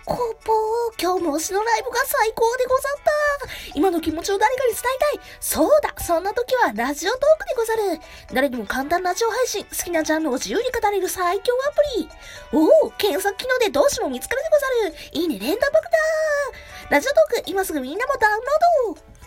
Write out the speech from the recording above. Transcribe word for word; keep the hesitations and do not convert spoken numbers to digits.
コポー、今日も推しのライブが最高でござった。今の気持ちを誰かに伝えたい。そうだ、そんな時はラジオトークでござる。誰でも簡単ラジオ配信、好きなジャンルを自由に語れる最強アプリ。おお、検索機能でどうしても見つかるでござる。いいね、連打爆だ。ラジオトーク、今すぐみんなもダウンロード。